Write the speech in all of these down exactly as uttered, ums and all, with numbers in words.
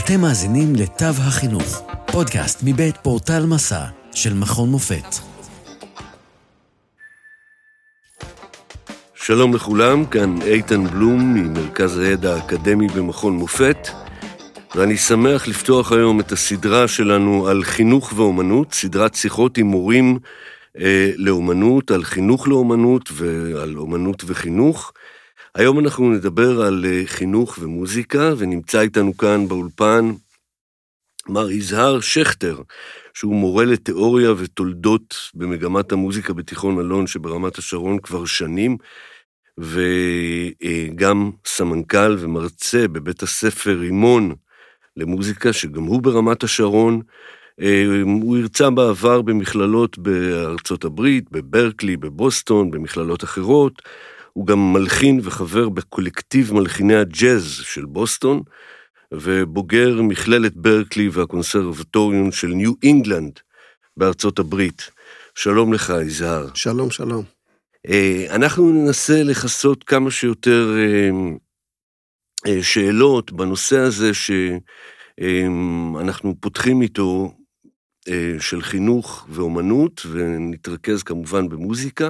אתם מאזינים לתו החינוך, פודקאסט מבית פורטל מסע של מכון מופת. שלום לכולם, כאן איתן בלום ממרכז הידע האקדמי במכון מופת, ואני שמח לפתוח היום את הסדרה שלנו על חינוך ואומנות, סדרת שיחות עם מורים אה, לאומנות, על חינוך לאומנות ועל אומנות וחינוך. היום אנחנו נדבר על אה, חינוך ומוזיקה, ונמצא איתנו כאן באולפן מר יזהר שכטר, שהוא מורה לתיאוריה ותולדות במגמת המוזיקה בתיכון אלון שברמת השרון כבר שנים, וגם סמנכ"ל ומרצה בבית הספר רימון למוזיקה, שגם הוא ברמת השרון. הוא הרצה בעבר במכללות בארצות הברית, בברקלי, בבוסטון, במכללות אחרות. הוא גם מלחין וחבר בקולקטיב מלחיני הג'אז של בוסטון, ובוגר מכללת ברקלי והקונסרבטוריון של ניו אינגלנד בארצות הברית. שלום לך, יזהר. שלום, שלום. אנחנו ננסה לחסות כמה שיותר שאלות בנושא הזה שאנחנו פותחים איתו, של חינוך ואומנות, ונתרכז כמובן במוזיקה.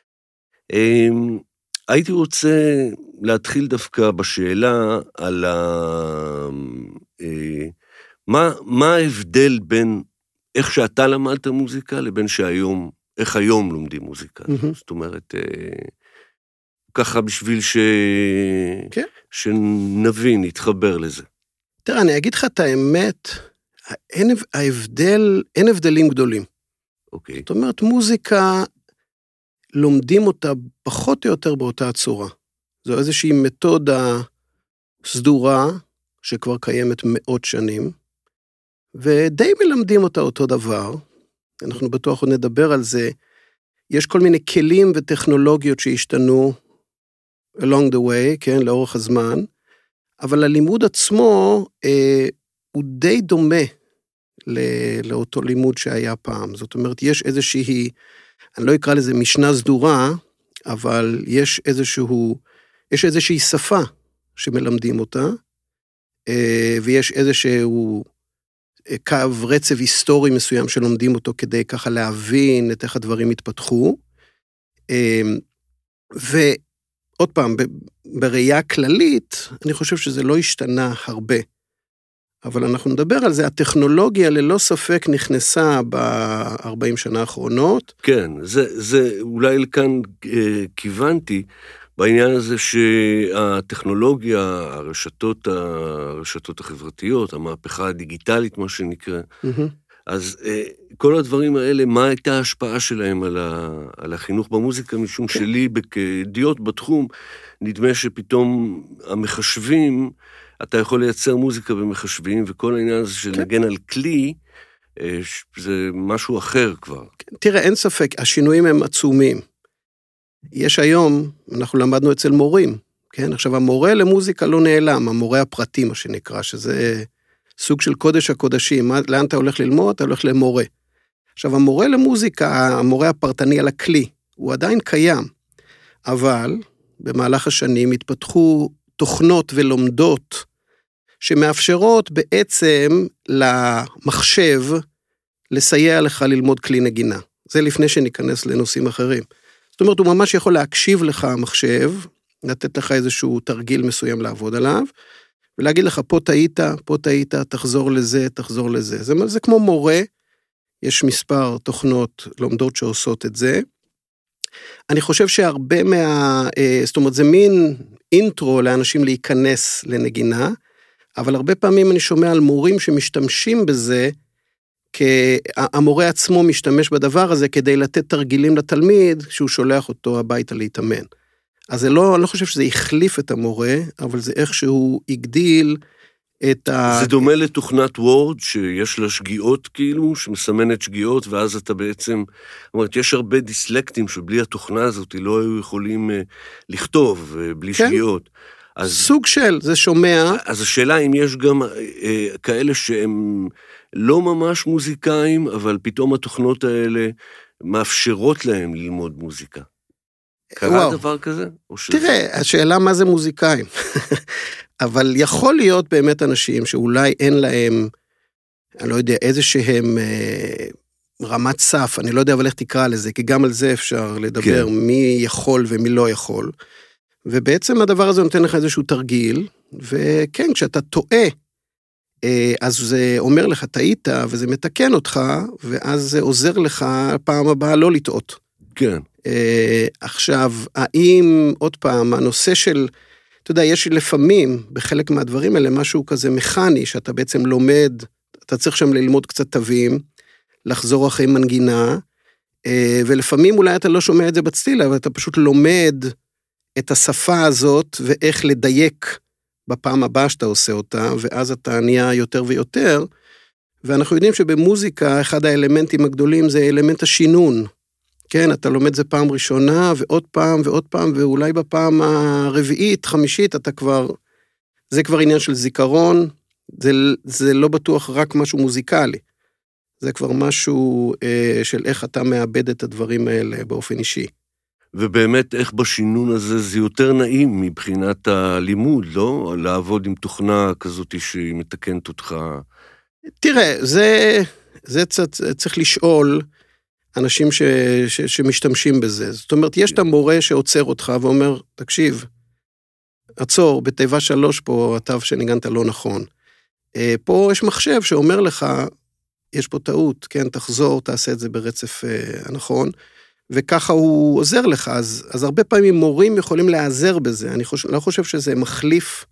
הייתי רוצה להתחיל דווקא בשאלה על ה... מה, מה ההבדל בין איך שאתה למדת מוזיקה לבין שהיום, איך היום לומדים מוזיקה. Mm-hmm. זאת אומרת, ככה בשביל ש... כן. שנבין, נתחבר לזה. תראה, אני אגיד לך את האמת, אין, ההבדל, אין הבדלים גדולים. אוקיי. זאת אומרת, מוזיקה, לומדים אותה פחות או יותר באותה צורה. זו איזושהי מתודה סדורה, שכבר קיימת מאות שנים, ודי מלמדים אותה אותו דבר. אנחנו בטוח עוד נדבר על זה. יש כל מיני כלים וטכנולוגיות שהשתנו along the way, כן, לאורך הזמן, אבל הלימוד עצמו אה, הוא די דומה ל- לאותו לימוד שהיה פעם. זאת אומרת, יש איזושהי, אני לא אקרא לזה משנה סדורה, אבל יש איזשהו, יש איזושהי שפה שמלמדים אותה, אה, ויש איזשהו קו רצף היסטורי מסוים שלומדים אותו כדי ככה להבין את איך הדברים התפתחו. ועוד פעם, בראייה כללית, אני חושב שזה לא השתנה הרבה. אבל אנחנו נדבר על זה, הטכנולוגיה ללא ספק נכנסה ב-ארבעים שנה האחרונות. כן, זה, זה אולי לכאן אה, כיוונתי, בעניין הזה שהטכנולוגיה, הרשתות, הרשתות החברתיות, המהפכה הדיגיטלית, מה שנקרא, mm-hmm. אז כל הדברים האלה, מה הייתה ההשפעה שלהם על, ה, על החינוך במוזיקה, משום okay. שלי, כידיעות בתחום, נדמה שפתאום המחשבים, אתה יכול לייצר מוזיקה במחשבים, וכל העניין הזה של okay. נגן על כלי, זה משהו אחר כבר. תראה, אין ספק, השינויים הם עצומים. יש היום, אנחנו למדנו אצל מורים, כן? עכשיו, המורה למוזיקה לא נעלם, המורה הפרטי, מה שנקרא, שזה סוג של קודש הקודשים. מה, לאן אתה הולך ללמוד? אתה הולך למורה. עכשיו, המורה למוזיקה, המורה הפרטני על הכלי, הוא עדיין קיים, אבל במהלך השנים התפתחו תוכנות ולומדות שמאפשרות בעצם למחשב לסייע לך ללמוד כלי נגינה. זה לפני שניכנס לנושאים אחרים. זאת אומרת, הוא ממש יכול להקשיב לך המחשב, לתת לך איזשהו תרגיל מסוים לעבוד עליו, ולהגיד לך, פה טעית, פה טעית, תחזור לזה, תחזור לזה. זה, זה כמו מורה, יש מספר תוכנות לומדות שעושות את זה. אני חושב שהרבה מה... זאת אומרת, זה מין אינטרו לאנשים להיכנס לנגינה, אבל הרבה פעמים אני שומע על מורים שמשתמשים בזה, כי המורה עצמו משתמש בדבר הזה כדי לתת תרגילים לתלמיד, כשהוא שולח אותו הביתה להתאמן. אז זה לא, אני לא חושב שזה יחליף את המורה, אבל זה איכשהו יגדיל את ה... זה דומה לתוכנת וורד, שיש לה שגיאות כאילו, שמסמנת שגיאות, ואז אתה בעצם, זאת אומרת, יש הרבה דיסלקטים שבלי התוכנה הזאת לא היו יכולים לכתוב, בלי כן? שגיאות. אז, סוג של, זה שומע. אז השאלה אם יש גם אה, כאלה שהם לא ממש מוזיקאים, אבל פתאום התוכנות האלה מאפשרות להם ללמוד מוזיקה. קרה דבר כזה? תראה, השאלה מה זה מוזיקאים. אבל יכול להיות באמת אנשים שאולי אין להם, אני לא יודע, איזה שהם אה, רמת סף, אני לא יודע אבל איך תקרא לזה, כי גם על זה אפשר לדבר, כן. מי יכול ומי לא יכול. ובעצם הדבר הזה נותן לך איזשהו תרגיל, וכן, כשאתה טועה, אה, אז זה אומר לך, טעית, וזה מתקן אותך, ואז זה עוזר לך פעם הבאה לא לטעות. כן. אה, עכשיו, האם, עוד פעם, הנושא של, אתה יודע, יש לפעמים, בחלק מהדברים האלה, משהו כזה מכני, שאתה בעצם לומד, אתה צריך שם ללמוד קצת תווים, לחזור אחרי מנגינה, ולפעמים אולי אתה לא שומע את זה בצליל, אבל אתה פשוט לומד את השפה הזאת, ואיך לדייק בפעם הבאה שאתה עושה אותה, ואז אתה נהיה יותר ויותר, ואנחנו יודעים שבמוזיקה, אחד האלמנטים הגדולים זה אלמנט השינון, כן, אתה לומד זה פעם ראשונה, ועוד פעם ועוד פעם, ואולי בפעם הרביעית, חמישית, אתה כבר, זה כבר עניין של זיכרון, זה, זה לא בטוח רק משהו מוזיקלי, זה כבר משהו אה, של איך אתה מאבד את הדברים האלה באופן אישי. ובאמת איך בשינון הזה זה יותר נעים מבחינת הלימוד, לא? לעבוד עם תוכנה כזאת שהיא מתקנת אותך. תראה, זה, זה צריך לשאול, אנשים ש, ש, שמשתמשים בזה. זאת אומרת, יש את המורה שעוצר אותך ואומר, תקשיב, עצור, בתיבה שלוש פה, התו שניגנת לא נכון. פה יש מחשב שאומר לך, יש פה טעות, כן, תחזור, תעשה את זה ברצף הנכון, וככה הוא עוזר לך. אז, אז הרבה פעמים מורים יכולים להיעזר בזה. אני חושב, לא חושב שזה מחליף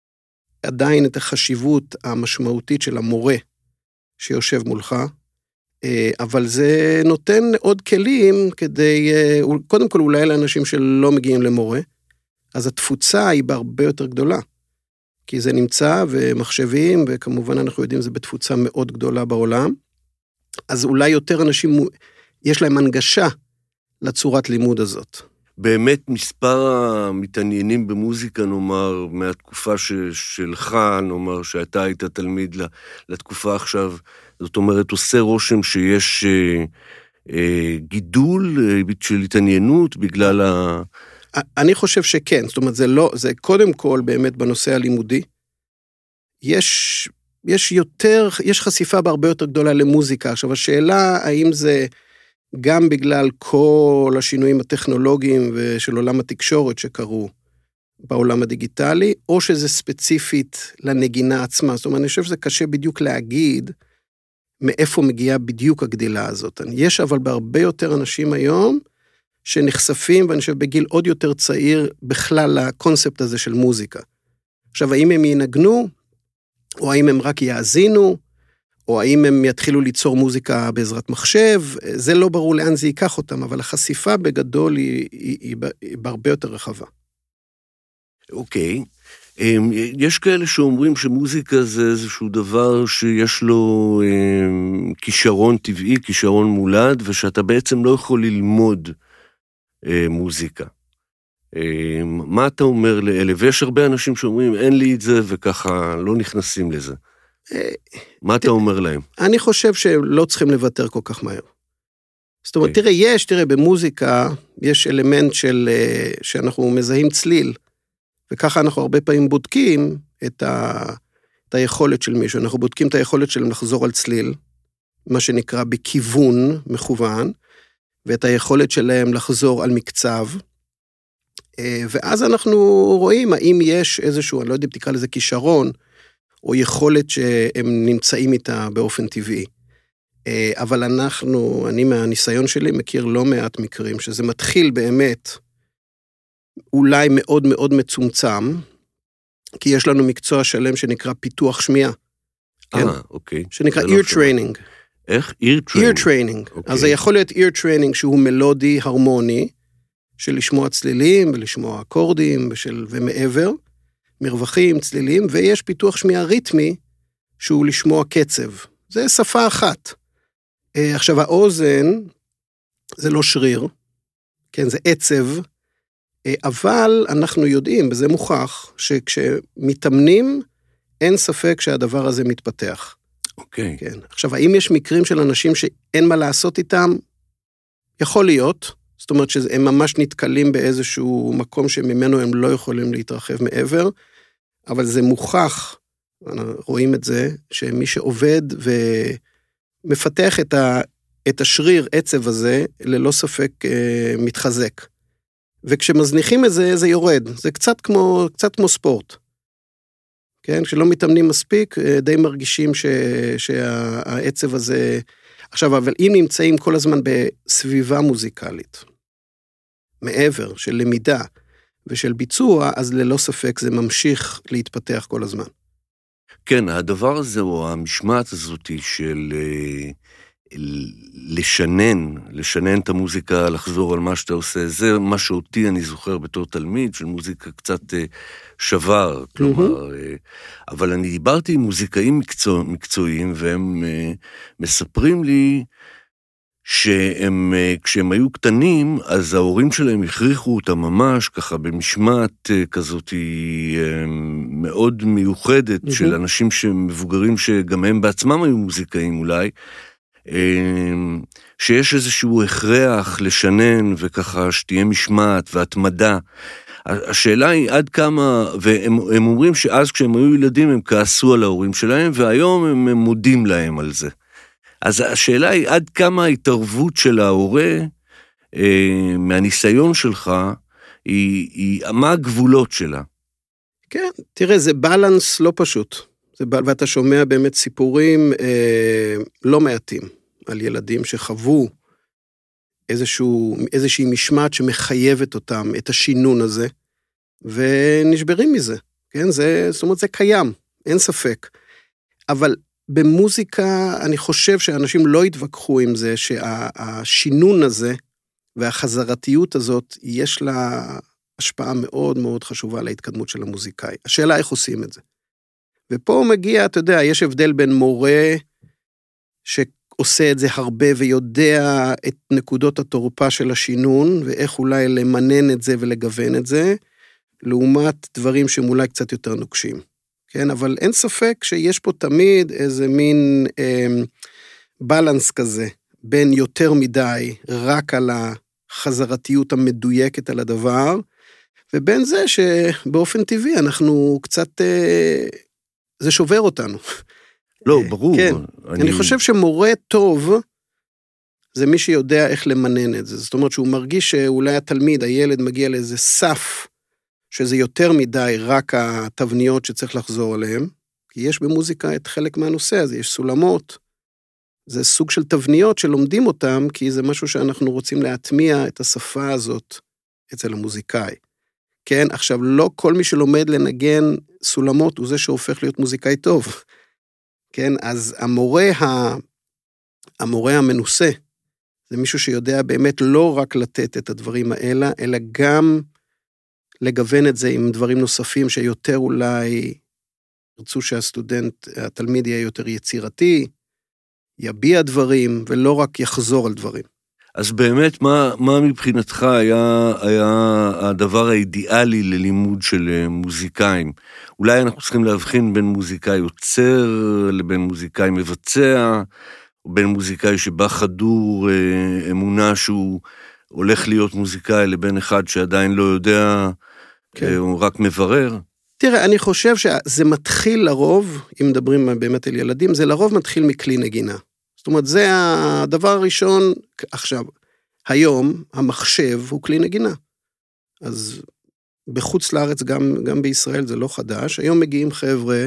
עדיין את החשיבות המשמעותית של המורה שיושב מולך, אבל זה נותן עוד כלים כדי, קודם כל אולי לאנשים שלא מגיעים למורה, אז התפוצה היא בהרבה יותר גדולה, כי זה נמצא ומחשבים, וכמובן אנחנו יודעים זה בתפוצה מאוד גדולה בעולם, אז אולי יותר אנשים, יש להם הנגשה לצורת לימוד הזאת. באמת מספר המתעניינים במוזיקה, נאמר, מהתקופה ש, שלך, נאמר, שאתה היית תלמיד לתקופה עכשיו, זאת אומרת, עושה רושם שיש אה, אה, גידול אה, של התעניינות בגלל ה... אני חושב שכן, זאת אומרת, זה לא, זה קודם כל באמת בנושא הלימודי, יש, יש יותר, יש חשיפה בהרבה יותר גדולה למוזיקה. עכשיו, השאלה האם זה גם בגלל כל השינויים הטכנולוגיים ושל עולם התקשורת שקרו בעולם הדיגיטלי, או שזה ספציפית לנגינה עצמה. זאת אומרת, אני חושב שזה קשה בדיוק להגיד מאיפה מגיעה בדיוק הגדילה הזאת. יש אבל בהרבה יותר אנשים היום שנחשפים, ואני חושב בגיל עוד יותר צעיר, בכלל לקונספט הזה של מוזיקה. עכשיו, האם הם ינגנו, או האם הם רק יאזינו, או האם הם יתחילו ליצור מוזיקה בעזרת מחשב, זה לא ברור לאן זה ייקח אותם, אבל החשיפה בגדול היא, היא, היא, היא בהרבה יותר רחבה. אוקיי. יש כאלה שאומרים שמוזיקה זה איזשהו דבר שיש לו כישרון טבעי, כישרון מולד, ושאתה בעצם לא יכול ללמוד מוזיקה. מה אתה אומר לאלה? ויש הרבה אנשים שאומרים, אין לי את זה, וככה לא נכנסים לזה. מה אתה אומר להם? אני חושב שלא צריכים לוותר כל כך מהר. זאת אומרת, תראה, יש, תראה, במוזיקה, יש אלמנט של, שאנחנו מזהים צליל, וככה אנחנו הרבה פעמים בודקים את, ה, את היכולת של מישהו, אנחנו בודקים את היכולת שלהם לחזור על צליל, מה שנקרא בכיוון מכוון, ואת היכולת שלהם לחזור על מקצב, ואז אנחנו רואים האם יש איזשהו, אני לא יודע אם תקרא לזה כישרון, או יכולת שהם נמצאים איתה באופן טבעי. אבל אנחנו, אני מהניסיון שלי מכיר לא מעט מקרים, שזה מתחיל באמת, אולי מאוד מאוד מצומצם, כי יש לנו מקצוע שלם שנקרא פיתוח שמיעה. אה, כן? אוקיי. שנקרא ear training. איך? ear training. ear training. אוקיי. אז זה יכול להיות ear training שהוא מלודי, הרמוני, של לשמוע צלילים ולשמוע אקורדים ושל, ומעבר, מרווחים, צלילים, ויש פיתוח שמיעה ריתמי שהוא לשמוע קצב. זה שפה אחת. עכשיו האוזן זה לא שריר, כן, זה עצב, אבל אנחנו יודעים, וזה מוכח, שכשמתאמנים, אין ספק שהדבר הזה מתפתח. אוקיי. כן. עכשיו, האם יש מקרים של אנשים שאין מה לעשות איתם? יכול להיות, זאת אומרת שהם ממש נתקלים באיזשהו מקום שממנו הם לא יכולים להתרחב מעבר, אבל זה מוכח, רואים את זה, שמי שעובד ומפתח את, ה, את השריר עצב הזה, ללא ספק מתחזק. וכשמזניחים את זה, זה יורד. זה קצת כמו, קצת כמו ספורט. כן? כשלא מתאמנים מספיק, די מרגישים ש, שהעצב הזה... עכשיו, אבל אם נמצאים כל הזמן בסביבה מוזיקלית, מעבר של למידה ושל ביצוע, אז ללא ספק זה ממשיך להתפתח כל הזמן. כן, הדבר הזה, או המשמעת הזאת של לשנן, לשנן את המוזיקה, לחזור על מה שאתה עושה, זה מה שאותי אני זוכר בתור תלמיד, של מוזיקה קצת שבר, כלומר, אבל אני דיברתי עם מוזיקאים מקצוע, מקצועיים, והם מספרים לי שהם, כשהם היו קטנים, אז ההורים שלהם הכריחו אותם ממש, ככה במשמעת כזאת מאוד מיוחדת, mm-hmm. של אנשים שמבוגרים, שגם הם בעצמם היו מוזיקאים אולי, שיש איזשהו הכרח לשנן, וככה שתהיה משמעת והתמדה. השאלה היא עד כמה, והם הם אומרים שאז כשהם היו ילדים הם כעסו על ההורים שלהם, והיום הם, הם מודים להם על זה. אז השאלה היא עד כמה ההתערבות של ההורה, אה, מהניסיון שלך, היא, היא, מה הגבולות שלה? כן, תראה, זה בלנס לא פשוט. זה, ואתה שומע באמת סיפורים אה, לא מעטים, על ילדים שחוו איזשהו, איזושהי משמעת שמחייבת אותם, את השינון הזה, ונשברים מזה, כן? זה, זאת אומרת, זה קיים, אין ספק. אבל במוזיקה, אני חושב שאנשים לא יתווכחו עם זה, שהשינון הזה, והחזרתיות הזאת, יש לה השפעה מאוד מאוד חשובה להתקדמות של המוזיקאי. השאלה איך עושים את זה. ופה מגיע, אתה יודע, יש הבדל בין מורה, שעושה את זה הרבה, ויודע את נקודות התורפה של השינון, ואיך אולי למנן את זה ולגוון את זה, לעומת דברים שהם אולי קצת יותר נוקשים. כן, אבל אין ספק שיש פה תמיד איזה מין אה, בלנס כזה, בין יותר מדי, רק על החזרתיות המדויקת על הדבר, ובין זה שבאופן טבעי אנחנו קצת, אה, זה שובר אותנו. לא, ברור. כן, אני... אני חושב שמורה טוב, זה מי שיודע איך למנן את זה. זאת אומרת שהוא מרגיש שאולי התלמיד, הילד מגיע לאיזה סף, שזה יותר מדי רק התבניות שצריך לחזור עליהן, כי יש במוזיקה את חלק מהנושא הזה, יש סולמות, זה סוג של תבניות שלומדים אותם, כי זה משהו שאנחנו רוצים להטמיע את השפה הזאת אצל המוזיקאי. כן, עכשיו לא כל מי שלומד לנגן סולמות הוא זה שהופך להיות מוזיקאי טוב. כן, אז המורה, ה... המורה המנוסה, זה מישהו שיודע באמת לא רק לתת את הדברים האלה, אלא גם לגוון את זה עם דברים נוספים שיותר אולי ירצו שהסטודנט, התלמיד יהיה יותר יצירתי, יביע דברים ולא רק יחזור על דברים. אז באמת, מה, מה מבחינתך היה, היה הדבר האידיאלי ללימוד של מוזיקאים? אולי אנחנו צריכים להבחין בין מוזיקאי יוצר לבין מוזיקאי מבצע, או בין מוזיקאי שבא חדור אמונה שהוא הולך להיות מוזיקאי, לבין אחד שעדיין לא יודע, כן. הוא רק מברר. תראה, אני חושב שזה מתחיל לרוב, אם מדברים באמת על ילדים, זה לרוב מתחיל מכלי נגינה. זאת אומרת, זה הדבר הראשון. עכשיו, היום המחשב הוא כלי נגינה. אז בחוץ לארץ, גם, גם בישראל זה לא חדש. היום מגיעים חבר'ה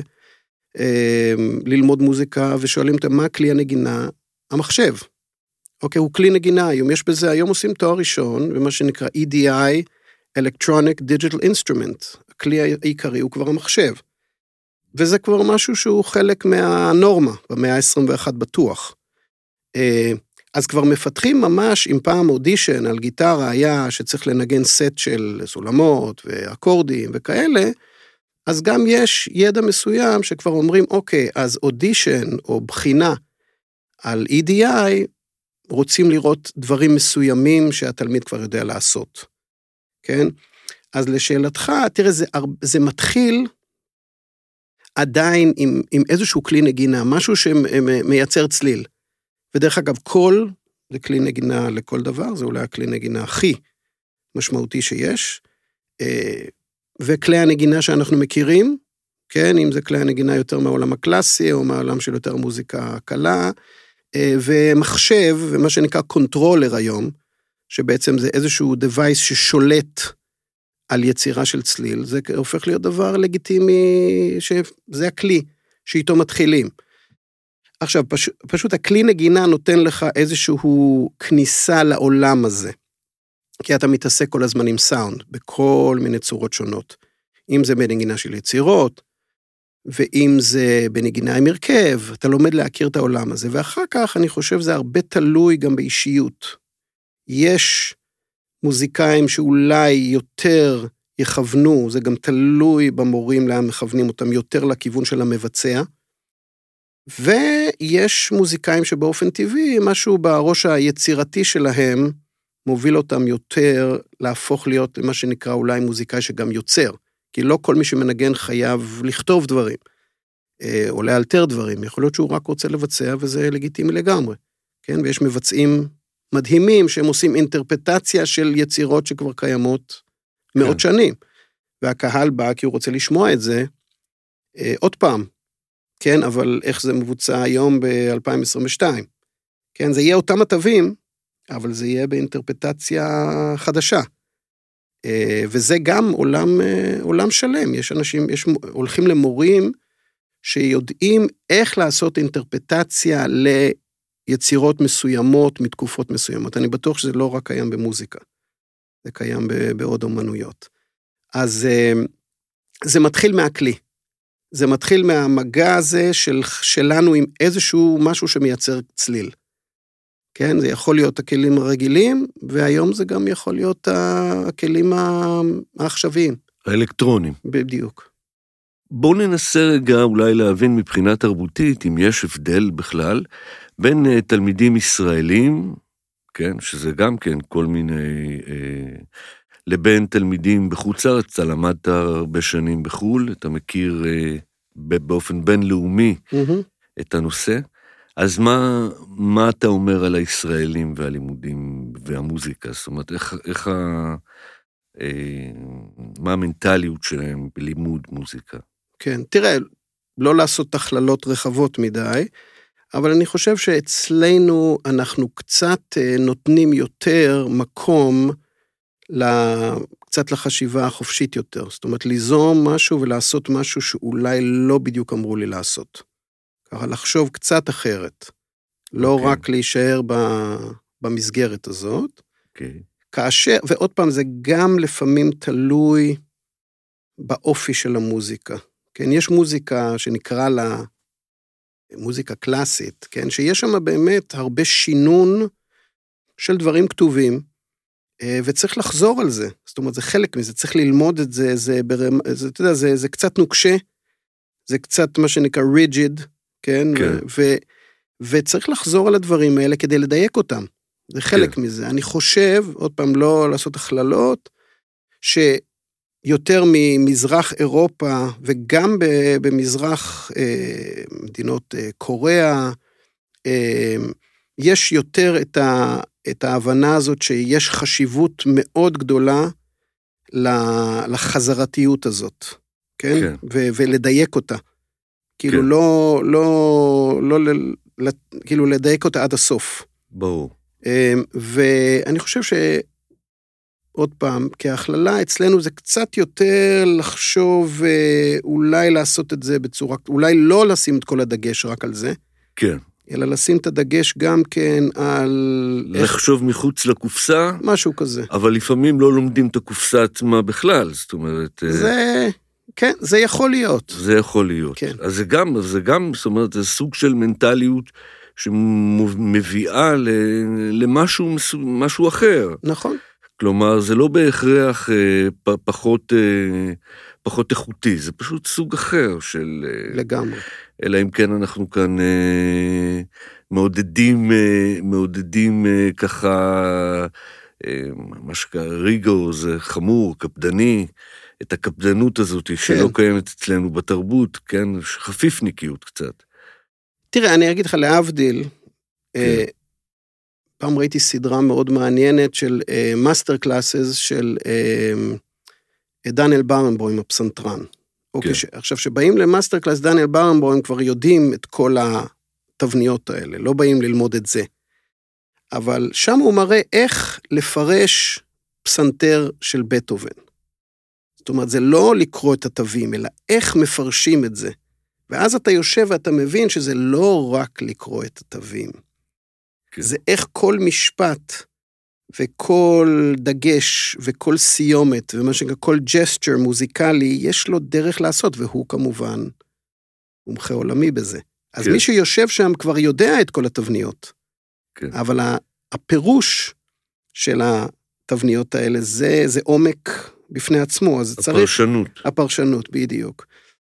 אה, ללמוד מוזיקה ושואלים אותם מה כלי הנגינה? המחשב. אוקיי, הוא כלי נגינה. היום יש בזה, היום עושים תואר ראשון, ומה שנקרא E D I, Electronic Digital Instrument. הכלי העיקרי הוא כבר המחשב. וזה כבר משהו שהוא חלק מהנורמה, במאה ה-עשרים ואחת בטוח. אז כבר מפתחים ממש, אם פעם אודישן על גיטרה היה שצריך לנגן סט של סולמות ואקורדים וכאלה, אז גם יש ידע מסוים שכבר אומרים, אוקיי, אז אודישן או בחינה על E D I, רוצים לראות דברים מסוימים שהתלמיד כבר יודע לעשות. כן? אז לשאלתך, תראה, זה, זה מתחיל עדיין עם, עם איזשהו כלי נגינה, משהו שמייצר צליל. ודרך אגב, קול זה כלי נגינה לכל דבר, זה אולי הכלי נגינה הכי משמעותי שיש, וכלי הנגינה שאנחנו מכירים, כן, אם זה כלי הנגינה יותר מהעולם הקלאסי, או מהעולם של יותר מוזיקה קלה, ומחשב, ומה שנקרא קונטרולר היום, שבעצם זה איזשהו device ששולט על יצירה של צליל, זה הופך להיות דבר לגיטימי, שזה הכלי שאיתו מתחילים. עכשיו, פשוט, פשוט הכלי נגינה נותן לך איזשהו כניסה לעולם הזה, כי אתה מתעסק כל הזמן עם סאונד, בכל מיני צורות שונות, אם זה בנגינה של יצירות, ואם זה בנגינה עם הרכב, אתה לומד להכיר את העולם הזה, ואחר כך אני חושב זה הרבה תלוי גם באישיות. יש מוזיקאים שאולי יותר יכוונו, זה גם תלוי במורים לאן מכוונים אותם, יותר לכיוון של המבצע, ויש מוזיקאים שבאופן טבעי, משהו בראש היצירתי שלהם, מוביל אותם יותר להפוך להיות למה שנקרא אולי מוזיקאי שגם יוצר, כי לא כל מי שמנגן חייב לכתוב דברים, או לאלתר דברים, יכול להיות שהוא רק רוצה לבצע, וזה לגיטימי לגמרי, כן? ויש מבצעים מדהימים, שהם עושים אינטרפטציה של יצירות שכבר קיימות מאות כן. שנים, והקהל בא כי הוא רוצה לשמוע את זה, עוד פעם, כן, אבל איך זה מבוצע היום ב-אלפיים עשרים ושתיים, כן, זה יהיה אותם הטבים, אבל זה יהיה באינטרפטציה חדשה, וזה גם עולם, עולם שלם, יש אנשים, יש, הולכים למורים שיודעים איך לעשות אינטרפטציה ליצירות מסוימות, מתקופות מסוימות, אני בטוח שזה לא רק קיים במוזיקה, זה קיים בעוד אומנויות, אז זה מתחיל מהכלי, זה מתחיל מהמגע הזה של, שלנו עם איזשהו משהו שמייצר צליל, כן, זה יכול להיות הכלים הרגילים, והיום זה גם יכול להיות הכלים העכשוויים. האלקטרונים. בדיוק. בואו ננסה רגע אולי להבין מבחינה תרבותית, אם יש הבדל בכלל, בין תלמידים ישראלים, כן, שזה גם כן כל מיני, אה, לבין תלמידים בחוץ לארץ, אתה למדת הרבה שנים בחול, אתה מכיר אה, באופן בינלאומי mm-hmm. את הנושא, אז מה, מה אתה אומר על הישראלים והלימודים והמוזיקה? זאת אומרת, איך, איך ה, אה, מה המנטליות שלהם בלימוד מוזיקה? כן, תראה, לא לעשות תכללות רחבות מדי, אבל אני חושב שאצלנו אנחנו קצת נותנים יותר מקום, קצת לחשיבה החופשית יותר. זאת אומרת, ליזום משהו ולעשות משהו שאולי לא בדיוק אמרו לי לעשות. ככה לחשוב קצת אחרת. לא okay. רק להישאר במסגרת הזאת. Okay. כאשר, ועוד פעם, זה גם לפעמים תלוי באופי של המוזיקה. כן, יש מוזיקה שנקרא לה מוזיקה קלאסית, כן, שיש שם באמת הרבה שינון של דברים כתובים, וצריך לחזור על זה. זאת אומרת, זה חלק מזה, צריך ללמוד את זה, זה, ברמ... זה, אתה יודע, זה, זה קצת נוקשה, זה קצת מה שנקרא rigid, כן, כן. ו... וצריך לחזור על הדברים האלה כדי לדייק אותם. זה חלק כן. מזה. אני חושב, עוד פעם, לא לעשות הכללות, שיותר ממזרח אירופה, וגם במזרח אה, מדינות אה, קוריאה, אה, יש יותר את, ה, את ההבנה הזאת שיש חשיבות מאוד גדולה לחזרתיות הזאת, כן? כן. ו, ולדייק אותה. כאילו כן. לא, לא, לא, לא, כאילו לדייק אותה עד הסוף. ברור. ואני חושב שעוד פעם, כהכללה, אצלנו זה קצת יותר לחשוב, אולי לעשות את זה בצורה, אולי לא לשים את כל הדגש רק על זה. כן. אלא לשים את הדגש גם כן על... לחשוב איך... מחוץ לקופסה. משהו כזה. אבל לפעמים לא לומדים את הקופסה עצמה בכלל, זאת אומרת... זה... כן, זה יכול להיות. זה יכול להיות. כן. אז זה גם, זה גם, זאת אומרת, זה סוג של מנטליות שמביאה למשהו, משהו אחר. נכון. כלומר, זה לא בהכרח פחות, פחות איכותי, זה פשוט סוג אחר של... לגמרי. אלא אם כן אנחנו כאן מעודדים, מעודדים ככה, מה שקרה, ריגו, זה חמור, קפדני, את הקפדנות הזאת כן. שלא קיימת אצלנו בתרבות, כן, חפיפניקיות קצת. תראה, אני אגיד לך להבדיל, כן. פעם ראיתי סדרה מאוד מעניינת של מאסטר קלאסס של uh, דניאל ברנבוים, הפסנתרן. אוקיי, ש... עכשיו, שבאים למאסטר קלאס דניאל ברנבוים, כבר יודעים את כל התבניות האלה, לא באים ללמוד את זה. אבל שם הוא מראה איך לפרש פסנתר של בטהובן. זאת אומרת, זה לא לקרוא את התווים, אלא איך מפרשים את זה. ואז אתה יושב ואתה מבין שזה לא רק לקרוא את התווים. כן. זה איך כל משפט וכל דגש וכל סיומת, ומה שנקרא כל ג'סטר מוזיקלי, יש לו דרך לעשות, והוא כמובן מומחה עולמי בזה. אז כן. מי שיושב שם כבר יודע את כל התבניות. כן. אבל הפירוש של התבניות האלה, זה, זה עומק בפני עצמו, אז צריך... הפרשנות. הפרשנות, בדיוק.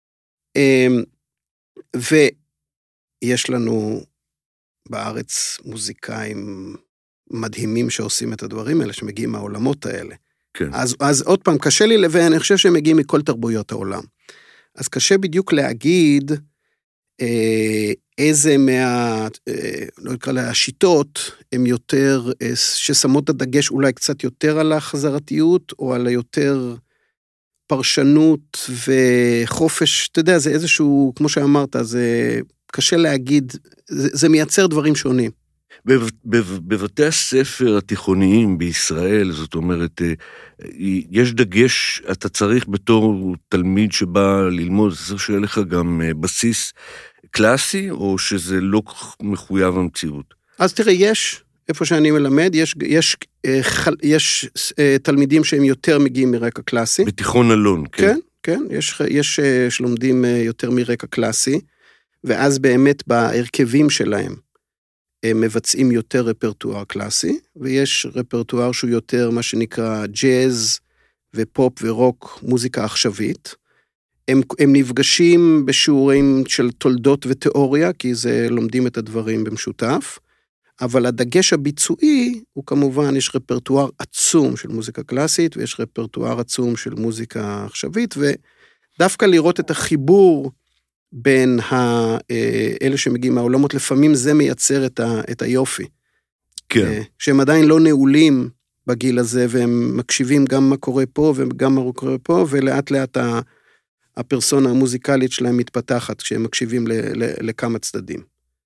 ויש לנו בארץ מוזיקאים מדהימים שעושים את הדברים האלה, שמגיעים מהעולמות האלה. כן. אז, אז עוד פעם, קשה לי לבין, אני חושב שהם מגיעים מכל תרבויות העולם. אז קשה בדיוק להגיד אה, איזה מה, אה, לא יקרא לה, השיטות, הם יותר, אה, ששמות הדגש אולי קצת יותר על החזרתיות, או על היותר פרשנות וחופש, אתה יודע, זה איזשהו, כמו שאמרת, זה קשה להגיד, זה, זה מייצר דברים שונים. בבתי הספר התיכוניים בישראל, זאת אומרת, יש דגש, אתה צריך בתור תלמיד שבא ללמוד, צריך שיהיה לך גם בסיס קלאסי, או שזה לא מחויב המציאות? אז תראה, יש, איפה שאני מלמד, יש, יש, יש תלמידים שהם יותר מגיעים מרקע קלאסי. בתיכון אלון, כן. כן, כן, יש, יש שלומדים יותר מרקע קלאסי, ואז באמת בהרכבים שלהם, הם מבצעים יותר רפרטואר קלאסי, ויש רפרטואר שהוא יותר מה שנקרא ג'אז ופופ ורוק, מוזיקה עכשווית. הם, הם נפגשים בשיעורים של תולדות ותיאוריה, כי זה לומדים את הדברים במשותף, אבל הדגש הביצועי הוא כמובן, יש רפרטואר עצום של מוזיקה קלאסית, ויש רפרטואר עצום של מוזיקה עכשווית, ודווקא לראות את החיבור בין אלה שמגיעים מהעולמות, לפעמים זה מייצר את, ה, את היופי. כן. שהם עדיין לא נעולים בגיל הזה, והם מקשיבים גם מה קורה פה, וגם מה קורה פה, ולאט לאט הפרסונה המוזיקלית שלהם מתפתחת, כשהם מקשיבים ל, ל, לכמה צדדים.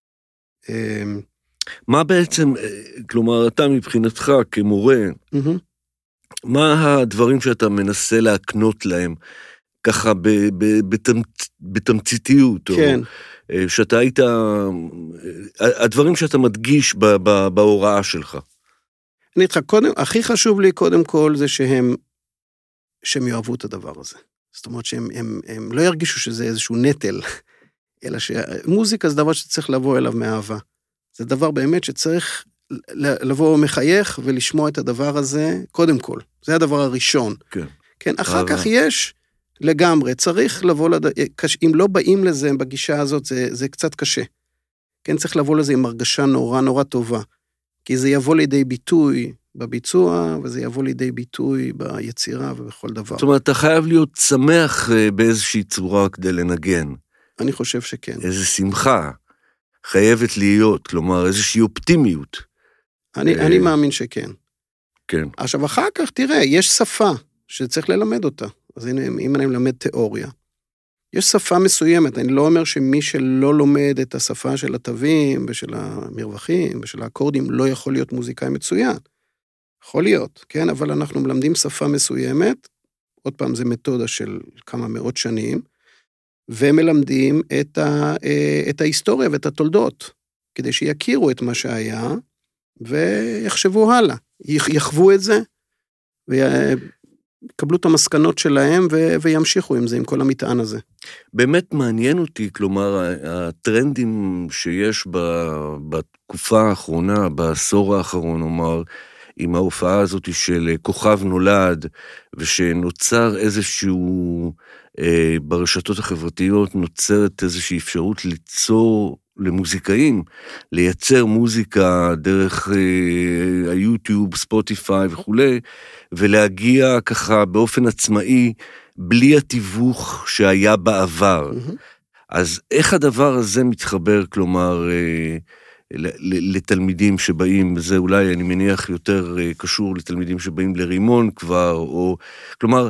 מה בעצם, כלומר, אתה מבחינתך כמורה, mm-hmm. מה הדברים שאתה מנסה להקנות להם, ככה בתמציתיות, כן. או שאתה היית, הדברים שאתה מדגיש בהוראה שלך. אני איתך, קודם, הכי חשוב לי קודם כל זה שהם, שהם יאהבו את הדבר הזה. זאת אומרת שהם הם, הם לא ירגישו שזה איזשהו נטל, אלא שמוזיקה זה דבר שצריך לבוא אליו מאהבה. זה דבר באמת שצריך לבוא מחייך ולשמוע את הדבר הזה, קודם כל. זה הדבר הראשון. כן. כן, אחר כך יש לגמרי, צריך לבוא, לד... אם לא באים לזה בגישה הזאת, זה, זה קצת קשה. כן, צריך לבוא לזה עם הרגשה נורא נורא טובה, כי זה יבוא לידי ביטוי בביצוע, וזה יבוא לידי ביטוי ביצירה ובכל דבר. זאת אומרת, אתה חייב להיות שמח באיזושהי צורה כדי לנגן. אני חושב שכן. איזו שמחה חייבת להיות, כלומר, איזושהי אופטימיות. אני, אני מאמין שכן. כן. עכשיו, אחר כך, תראה, יש שפה שצריך ללמד אותה. אז הנה, אם אני מלמד תיאוריה, יש שפה מסוימת, אני לא אומר שמי שלא לומד את השפה של התווים, ושל המרווחים, ושל האקורדים, לא יכול להיות מוזיקאי מצוין. יכול להיות, כן? אבל אנחנו מלמדים שפה מסוימת, עוד פעם, זה מתודה של כמה מאות שנים, ומלמדים את, ה, את ההיסטוריה ואת התולדות, כדי שיכירו את מה שהיה, ויחשבו הלאה, יחוו את זה, ויקבלו את המסקנות שלהם, ו, וימשיכו עם זה, עם כל המטען הזה. באמת מעניין אותי, כלומר, הטרנדים שיש בתקופה האחרונה, בעשור האחרון, אומר, עם ההופעה הזאת של כוכב נולד, ושנוצר איזשהו, אה, ברשתות החברתיות, נוצרת איזושהי אפשרות ליצור למוזיקאים, לייצר מוזיקה דרך אה, היוטיוב, ספוטיפיי וכו', ולהגיע ככה באופן עצמאי, בלי התיווך שהיה בעבר. Mm-hmm. אז איך הדבר הזה מתחבר, כלומר, אה, לתלמידים שבאים, וזה אולי אני מניח יותר קשור לתלמידים שבאים לרימון כבר, או, כלומר,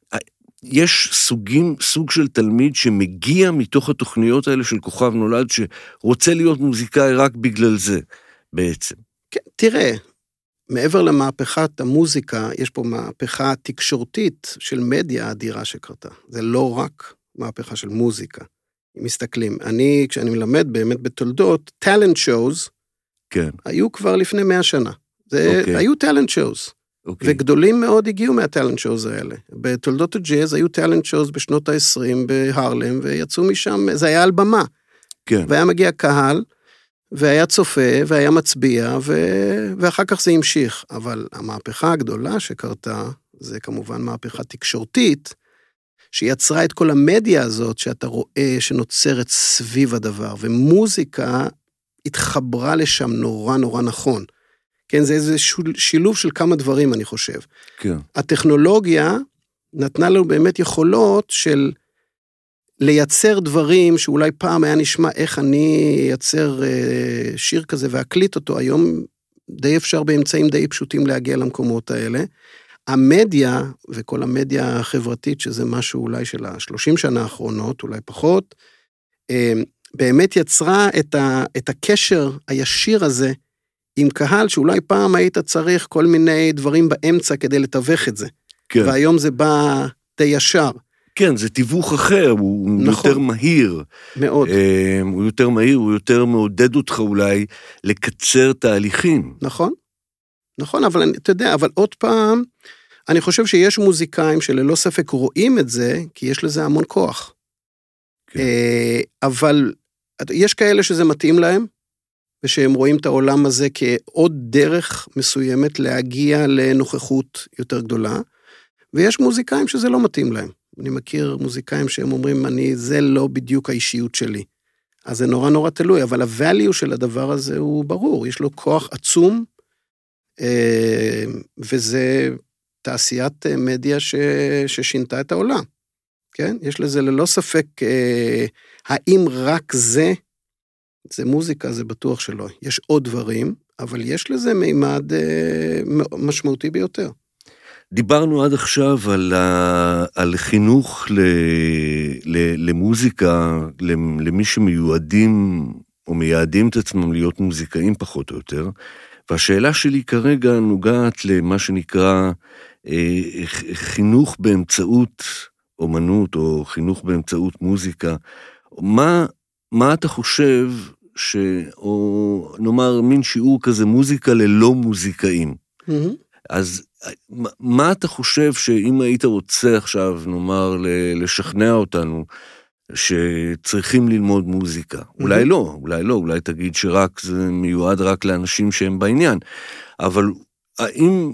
יש סוגים, סוג של תלמיד שמגיע מתוך התוכניות האלה של כוכב נולד, שרוצה להיות מוזיקאי רק בגלל זה, בעצם. כן, תראה, מעבר למהפכת המוזיקה, יש פה מהפכה תקשורתית של מדיה אדירה שקרתה. זה לא רק מהפכה של מוזיקה. אם מסתכלים, אני, כשאני מלמד באמת בתולדות, טלנט שואוז, כן. היו כבר לפני מאה שנה. זה, okay. היו טלנט שואוז. Okay. וגדולים מאוד הגיעו מהטלנט שואוז האלה. בתולדות הג'אז היו טלנט שואוז בשנות ה-עשרים בהרלם, ויצאו משם, זה היה על במה. כן. והיה מגיע קהל, והיה צופה, והיה מצביע, ו... ואחר כך זה המשיך. אבל המהפכה הגדולה שקרתה, זה כמובן מהפכה תקשורתית, שיצרה את כל המדיה הזאת, שאתה רואה שנוצרת סביב הדבר, ומוזיקה התחברה לשם נורא נורא נכון. כן, זה איזה שילוב של כמה דברים, אני חושב. כן. הטכנולוגיה נתנה לנו באמת יכולות של לייצר דברים שאולי פעם היה נשמע איך אני אייצר שיר כזה ואקליט אותו, היום די אפשר באמצעים די פשוטים להגיע למקומות האלה. המדיה וכל המדיה החברתית, שזה משהו אולי של השלושים שנה האחרונות, אולי פחות, באמת יצרה את, ה, את הקשר הישיר הזה עם קהל, שאולי פעם היית צריך כל מיני דברים באמצע כדי לתווך את זה. כן. והיום זה בא די ישר. כן, זה תיווך אחר, הוא נכון. יותר מהיר. מאוד. הוא יותר מהיר, הוא יותר מעודד אותך אולי לקצר תהליכים. נכון. נכון, אבל אני, אתה יודע, אבל עוד פעם, אני חושב שיש מוזיקאים שללא ספק רואים את זה, כי יש לזה המון כוח. כן. אבל יש כאלה שזה מתאים להם, ושהם רואים את העולם הזה כעוד דרך מסוימת להגיע לנוכחות יותר גדולה, ויש מוזיקאים שזה לא מתאים להם. אני מכיר מוזיקאים שהם אומרים, אני, זה לא בדיוק האישיות שלי. אז זה נורא נורא תלוי, אבל הvalue של הדבר הזה הוא ברור, יש לו כוח עצום, וזה תעשיית מדיה ש, ששינתה את העולם. כן? יש לזה ללא ספק, האם רק זה, זה מוזיקה, זה בטוח שלא. יש עוד דברים, אבל יש לזה מימד משמעותי ביותר. דיברנו עד עכשיו על, ה, על חינוך ל, ל, למוזיקה, למי שמיועדים או מייעדים את עצמם להיות מוזיקאים פחות או יותר, והשאלה שלי כרגע נוגעת למה שנקרא אה, חינוך באמצעות אומנות או חינוך באמצעות מוזיקה. מה, מה אתה חושב, ש, או נאמר מין שיעור כזה מוזיקה ללא מוזיקאים? Mm-hmm. אז מה אתה חושב שאם היית רוצה עכשיו, נאמר, לשכנע אותנו, שצריכים ללמוד מוזיקה? Mm-hmm. אולי לא, אולי לא, אולי תגיד שרק זה מיועד רק לאנשים שהם בעניין, אבל האם,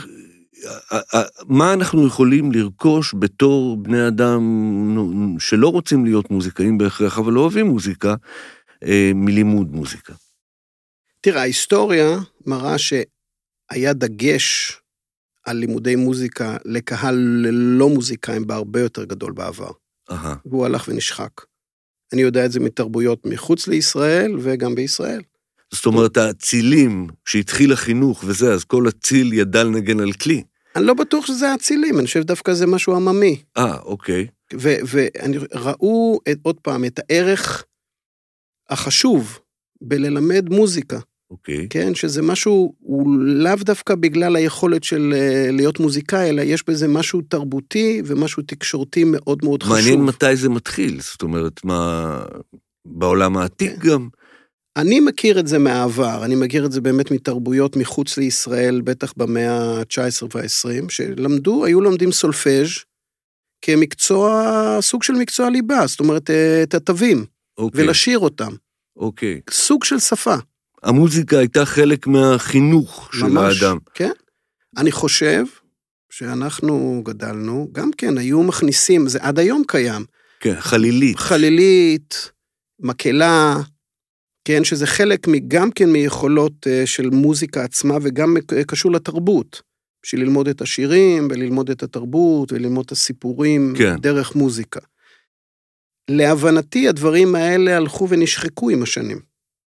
מה אנחנו יכולים לרכוש בתור בני אדם שלא רוצים להיות מוזיקאים בהכרח, אבל לא אוהבים מוזיקה, מלימוד מוזיקה? תראה, ההיסטוריה מראה שהיה דגש על לימודי מוזיקה לקהל ללא מוזיקאים בהרבה יותר גדול בעבר. Aha. והוא הלך ונשחק. אני יודע את זה מתרבויות מחוץ לישראל וגם בישראל. זאת אומרת, הצילים שהתחיל החינוך וזה, אז כל הציל ידע לנגן על כלי. אני לא בטוח שזה הצילים, אני חושב דווקא זה משהו עממי. אה, אוקיי. וראו עוד פעם את הערך החשוב בללמד מוזיקה. אוקיי. כן, שזה משהו, הוא לאו דווקא בגלל היכולת של להיות מוזיקאי, אלא יש בזה משהו תרבותי ומשהו תקשורתי מאוד מאוד חשוב. מעניין מתי זה מתחיל, זאת אומרת, מה, בעולם העתיק גם? אני מכיר את זה מהעבר, אני מכיר את זה באמת מתרבויות מחוץ לישראל, בטח במאה ה-תשע עשרה וה-עשרים, שלמדו, היו לומדים סולפז' כמקצוע, סוג של מקצוע ליבה, זאת אומרת, את התווים, אוקיי. ולשיר אותם. אוקיי. סוג של שפה. המוזיקה הייתה חלק מהחינוך של ממש, האדם. כן. אני חושב שאנחנו גדלנו, גם כן, היו מכניסים, זה עד היום קיים. כן, חלילית. חלילית, מקהלה, כן, שזה חלק גם כן מיכולות של מוזיקה עצמה, וגם קשור לתרבות, בשביל ללמוד את השירים, וללמוד את התרבות, וללמוד את הסיפורים, כן. דרך מוזיקה. להבנתי, הדברים האלה הלכו ונשחקו עם השנים.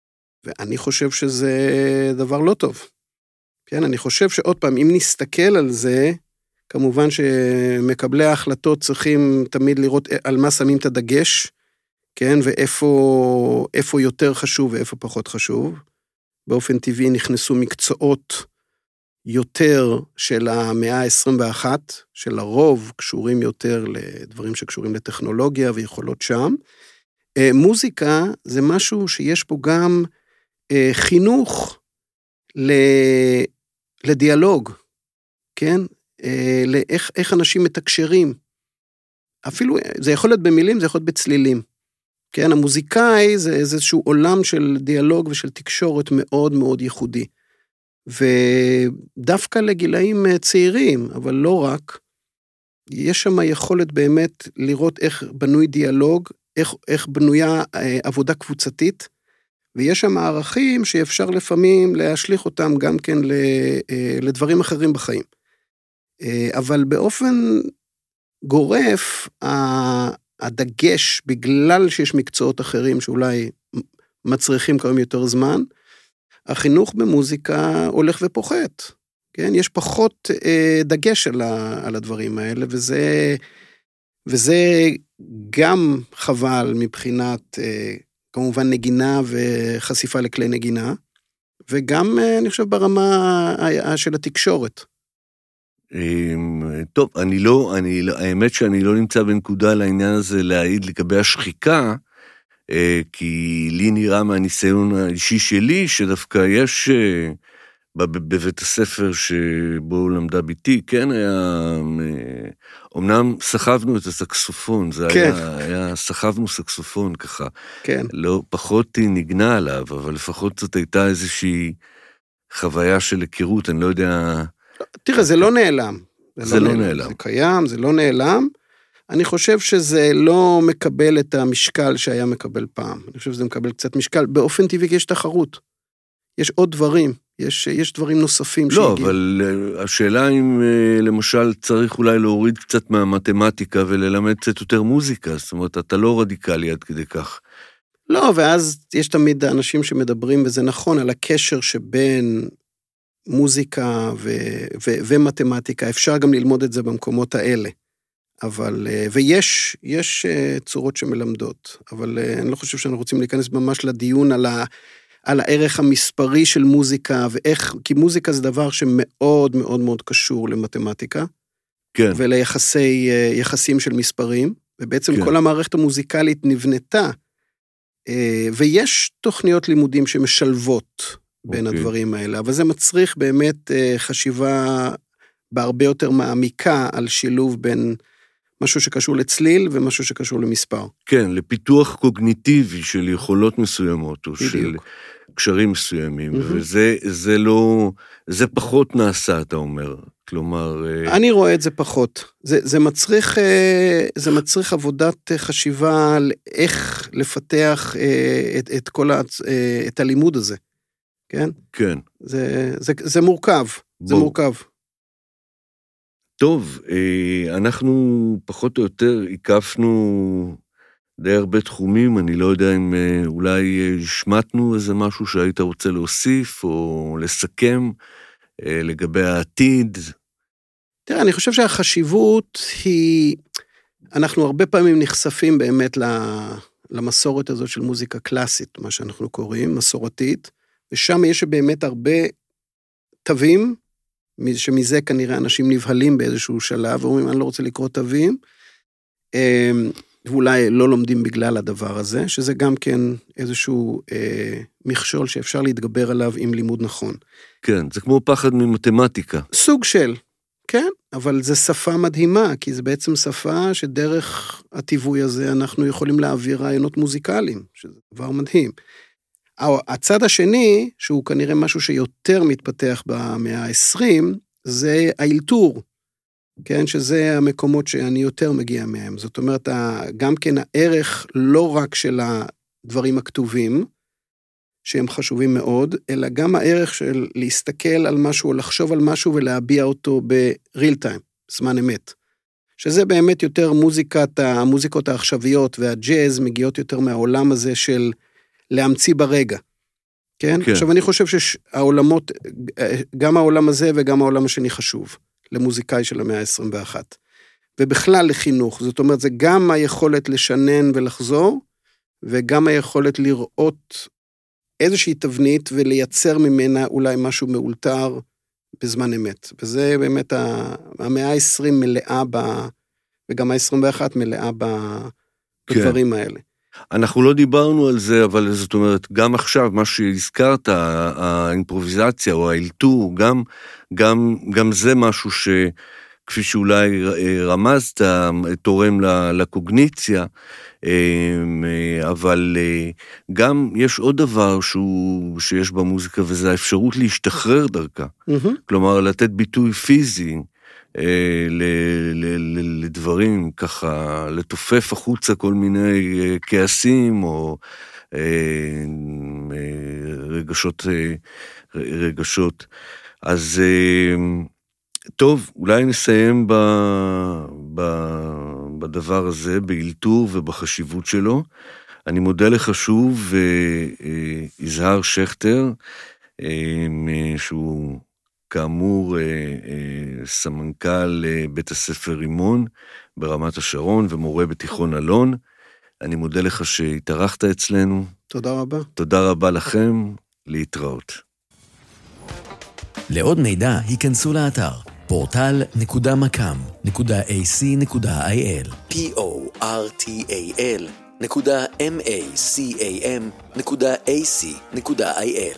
ואני חושב שזה דבר לא טוב. כן, אני חושב שעוד פעם, אם נסתכל על זה, כמובן שמקבלי ההחלטות צריכים תמיד לראות על מה שמים את הדגש, כן, ואיפה איפה יותר חשוב ואיפה פחות חשוב. באופן טבעי נכנסו מקצועות יותר של המאה ה-עשרים ואחת, שלרוב קשורים יותר לדברים שקשורים לטכנולוגיה ויכולות שם. מוזיקה זה משהו שיש פה גם חינוך לדיאלוג, כן? לאיך, איך אנשים מתקשרים. אפילו, זה יכול להיות במילים, זה יכול להיות בצלילים. כן, המוזיקאי זה איזשהו עולם של דיאלוג ושל תקשורת מאוד מאוד ייחודי. ודווקא לגילאים צעירים, אבל לא רק, יש שם יכולת באמת לראות איך בנוי דיאלוג, איך, איך בנויה עבודה קבוצתית, ויש שם ערכים שאפשר לפעמים להשליך אותם גם כן לדברים אחרים בחיים. אבל באופן גורף, הדגש, בגלל שיש מקצועות אחרים שאולי מצריכים כמה יותר זמן, החינוך במוזיקה הולך ופוחת. כן? יש פחות דגש על, על הדברים האלה, וזה, וזה גם חבל מבחינת, כמובן נגינה וחשיפה לכלי נגינה, וגם, אני חושב, ברמה של התקשורת. טוב, אני לא, אני, האמת שאני לא נמצא בנקודה לעניין הזה להעיד לגבי השחיקה, כי לי נראה מהניסיון האישי שלי, שדווקא יש בבית הספר שבו למדה ביתי, כן, היה, אמנם סחבנו את הסקסופון, זה כן. היה, היה, סחבנו סקסופון ככה, כן. לא, פחות נגנה עליו, אבל לפחות זאת הייתה איזושהי חוויה של היכרות, אני לא יודע... תראה, זה לא נעלם. זה, זה לא נעלם. נעלם. זה קיים, זה לא נעלם. אני חושב שזה לא מקבל את המשקל שהיה מקבל פעם. אני חושב שזה מקבל קצת משקל. באופן טבעי יש תחרות. יש עוד דברים. יש, יש דברים נוספים לא, שהגיעו. אבל השאלה אם למשל צריך אולי להוריד קצת מהמתמטיקה וללמד קצת יותר מוזיקה. זאת אומרת, אתה לא רדיקלי עד כדי כך. לא, ואז יש תמיד אנשים שמדברים, וזה נכון, על הקשר שבין מוזיקה ו- ו- ומתמטיקה. אפשר גם ללמוד את זה במקומות האלה. אבל, ויש, יש צורות שמלמדות, אבל אני לא חושב שאנחנו רוצים להיכנס ממש לדיון על, ה, על הערך המספרי של מוזיקה, ואיך, כי מוזיקה זה דבר שמאוד מאוד מאוד קשור למתמטיקה, כן. וליחסי, יחסים של מספרים, ובעצם כן. כל המערכת המוזיקלית נבנתה, ויש תוכניות לימודים שמשלבות בין אוקיי. הדברים האלה, אבל זה מצריך באמת חשיבה בהרבה יותר מעמיקה על שילוב בין משהו שקשור לצליל ומשהו שקשור למספר. כן, לפיתוח קוגניטיבי של יכולות מסוימות, או בדיוק. של קשרים מסוימים, mm-hmm. וזה זה לא, זה פחות נעשה, אתה אומר. כלומר... אני רואה את זה פחות. זה, זה מצריך, זה מצריך עבודת חשיבה על איך לפתח את, את כל ה, את הלימוד הזה. כן? כן. זה, זה, זה מורכב. בוא. זה מורכב. טוב, אנחנו פחות או יותר הקפנו די הרבה תחומים, אני לא יודע אם אולי השמטנו איזה משהו שהיית רוצה להוסיף או לסכם לגבי העתיד. תראה, אני חושב שהחשיבות היא, אנחנו הרבה פעמים נחשפים באמת למסורת הזאת של מוזיקה קלאסית, מה שאנחנו קוראים, מסורתית, ושם יש באמת הרבה תווים, שמזה כנראה אנשים נבהלים באיזשהו שלב, ואומרים, אני לא רוצה לקרוא תווים, ואולי לא לומדים בגלל הדבר הזה, שזה גם כן איזשהו מכשול שאפשר להתגבר עליו עם לימוד נכון. כן, זה כמו פחד ממתמטיקה. סוג של, כן, אבל זה שפה מדהימה, כי זה בעצם שפה שדרך הטיווי הזה אנחנו יכולים להעביר רעיונות מוזיקליים, שזה דבר מדהים. הצד השני, שהוא כנראה משהו שיותר מתפתח במאה ה-עשרים, זה האלתור, כן, שזה המקומות שאני יותר מגיע מהם. זאת אומרת, גם כן הערך לא רק של הדברים הכתובים, שהם חשובים מאוד, אלא גם הערך של להסתכל על משהו, או לחשוב על משהו ולהביע אותו ב-real time, זמן אמת. שזה באמת יותר מוזיקת, המוזיקות העכשוויות והג'אז מגיעות יותר מהעולם הזה של להמציא ברגע. כן? כן. עכשיו, אני חושב שהעולמות, גם העולם הזה וגם העולם השני חשוב, למוזיקאי של המאה ה-עשרים ואחת. ובכלל לחינוך, זאת אומרת, זה גם היכולת לשנן ולחזור, וגם היכולת לראות איזושהי תבנית, ולייצר ממנה אולי משהו מאולתר בזמן אמת. וזה באמת המאה ה-עשרים מלאה ב... וגם ה-עשרים ואחת מלאה בדברים כן. האלה. אנחנו לא דיברנו על זה, אבל זאת אומרת, גם עכשיו, מה שהזכרת, האימפרוביזציה או האלתור, גם, גם, גם זה משהו ש... כפי שאולי רמזת, תורם לקוגניציה, אבל גם יש עוד דבר שהוא, שיש במוזיקה, וזה האפשרות להשתחרר דרכה. Mm-hmm. כלומר, לתת ביטוי פיזי ל, ל, ל, לדברים, ככה, לתופף החוצה כל מיני כעסים, או רגשות, רגשות. אז... טוב, אולי נסיים ב, ב, בדבר הזה, באלתור ובחשיבות שלו. אני מודה לך שוב, יזהר שכטר, שהוא כאמור סמנכ"ל בית הספר רימון ברמת השרון ומורה בתיכון אלון. אני מודה לך שהתארחת אצלנו. תודה רבה. תודה רבה לכם, להתראות. לעוד מידע, היכנסו לאתר פורטל נקודה מקאם נקודה איי סי נקודה איי אל פי או אר טי איי אל נקודה אם איי סי איי אם נקודה איי סי נקודה איי אל.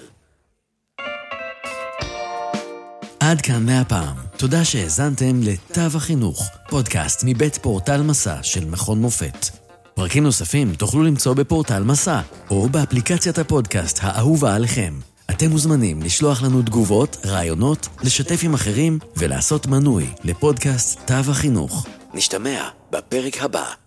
עד כאן להפעם. תודה שהאזנתם לתו החינוך, פודקאסט מבית פורטל מסע של מכון מופת. פרקים נוספים תוכלו למצוא בפורטל מסע או באפליקציית הפודקאסט האהובה עליכם. אתם מוזמנים לשלוח לנו תגובות, רעיונות, לשתף עם אחרים ולעשות מנוי לפודקאסט תו החינוך. נשתמע בפרק הבא.